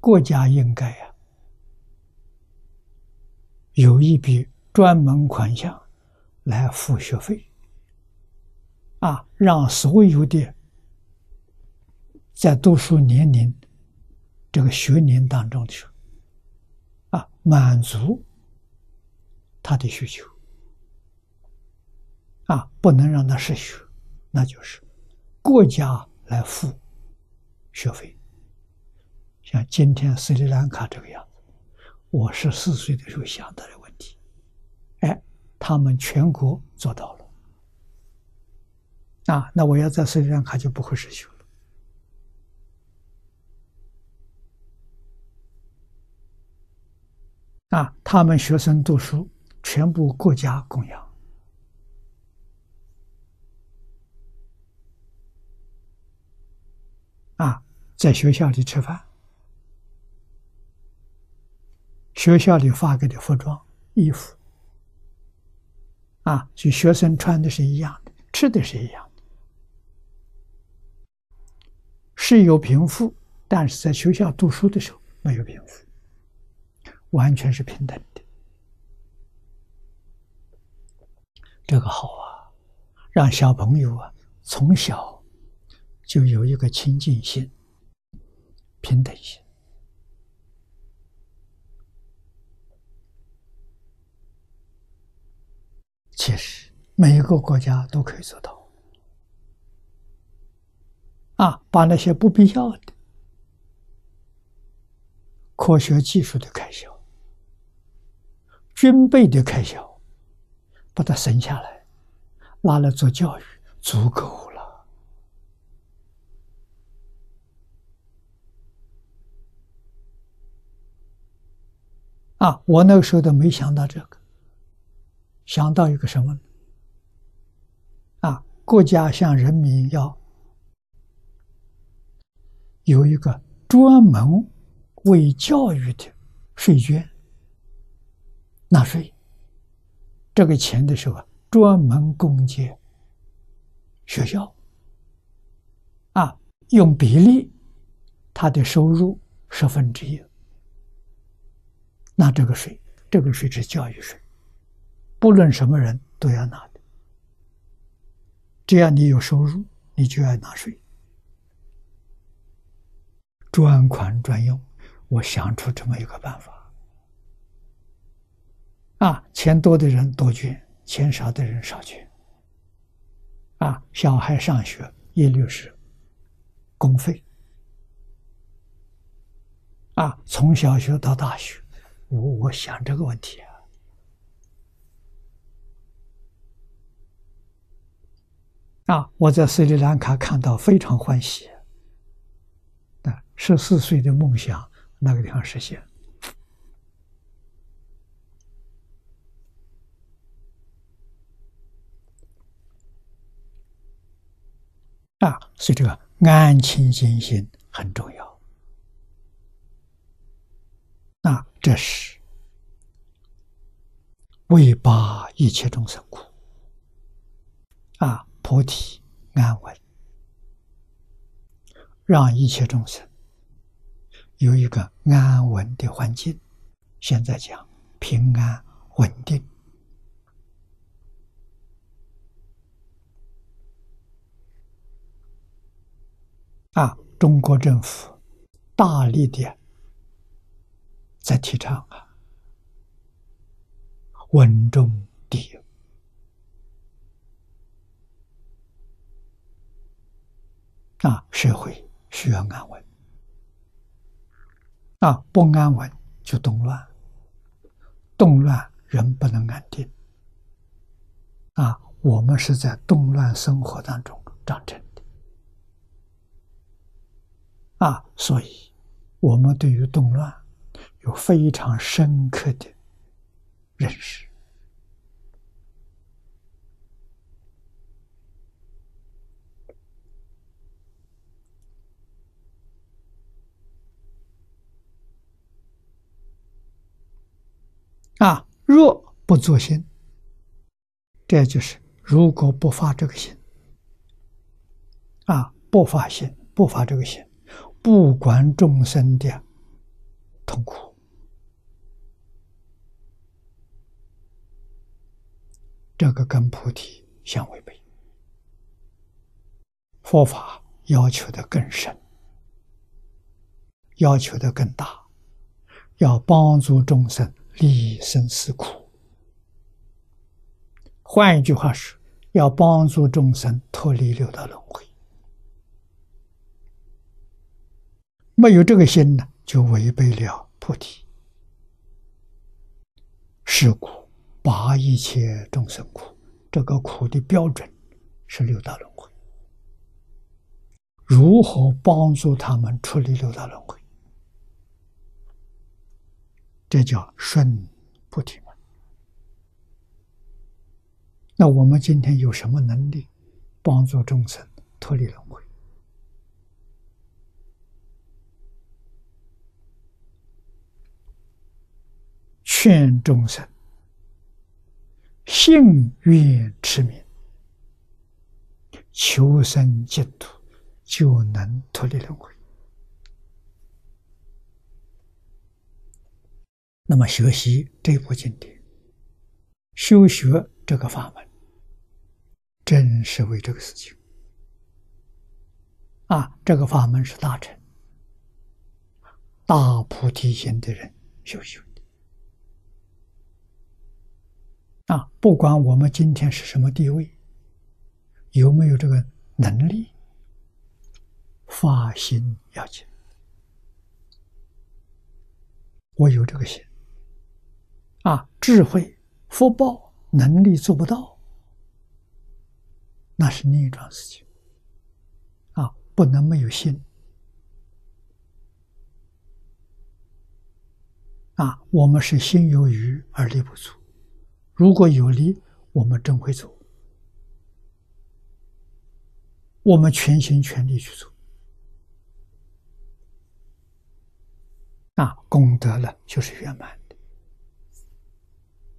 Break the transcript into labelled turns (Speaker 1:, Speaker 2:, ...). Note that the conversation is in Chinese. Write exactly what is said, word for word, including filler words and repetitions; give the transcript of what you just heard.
Speaker 1: 国家应该呀、啊、有一笔专门款项来付学费，啊，让所有的在读书年龄这个学年当中的时候，啊，满足他的需求，啊，不能让他失学，那就是国家来付学费。像今天斯里兰卡这个样子，我十四岁的时候想到的问题，哎，他们全国做到了，啊，那我要在斯里兰卡就不会失学了。啊，他们学生读书全部国家供养，啊，在学校里吃饭，学校里发给的服装、衣服，啊，所以学生穿的是一样的，吃的是一样的，是有贫富，但是在学校读书的时候没有贫富，完全是平等的。这个好啊，让小朋友啊从小就有一个亲近心、平等心。其实每一个国家都可以做到，啊，把那些不必要的科学技术的开销、军备的开销，把它省下来，拿来做教育，足够了。啊，我那个时候都没想到这个，想到一个什么呢？啊，国家向人民要有一个专门为教育的税捐，纳税，这个钱的时候啊，专门供给学校，啊，用比例，他的收入十分之一，纳这个税，这个税是教育税，不论什么人都要纳的，只要你有收入，你就要纳税，专款专用。我想出这么一个办法，啊，钱多的人多捐，钱少的人少捐，啊，小孩上学一律是公费，啊，从小学到大学，我我想这个问题啊，啊，我在斯里兰卡看到非常欢喜，啊，十四岁的梦想那个地方实现。啊，所以这个安亲近心很重要。啊，这是为拔一切众生苦，啊，菩提安稳，让一切众生有一个安稳的环境。现在讲平安稳定。啊，中国政府大力的在提倡啊，稳中第一。啊，社会需要安稳，啊，不安稳就动乱，动乱人不能安定。啊，我们是在动乱生活当中长成的。啊，所以我们对于动乱有非常深刻的认识。啊，若不作心，这就是如果不发这个心，啊，不发心，不发这个心，不管众生的痛苦。这个跟菩提相违背。佛法要求的更深，要求的更大，要帮助众生离生死苦。换一句话是，要帮助众生脱离六道轮回。没有这个心呢，就违背了菩提。是苦，拔一切众生苦，这个苦的标准是六道轮回。如何帮助他们出离六道轮回？这叫顺菩提门。那我们今天有什么能力帮助众生脱离轮回？劝众生信愿持名，求生净土，就能脱离轮回。那么学习这部经典，修学这个法门，正是为这个事情啊！这个法门是大乘大菩提心的人修修的啊！不管我们今天是什么地位，有没有这个能力，发心要紧。我有这个心啊，智慧、福报、能力做不到，那是另一桩事情啊，不能没有心啊。我们是心有余而力不足，如果有力，我们真会做，我们全心全力去做啊，功德了就是圆满。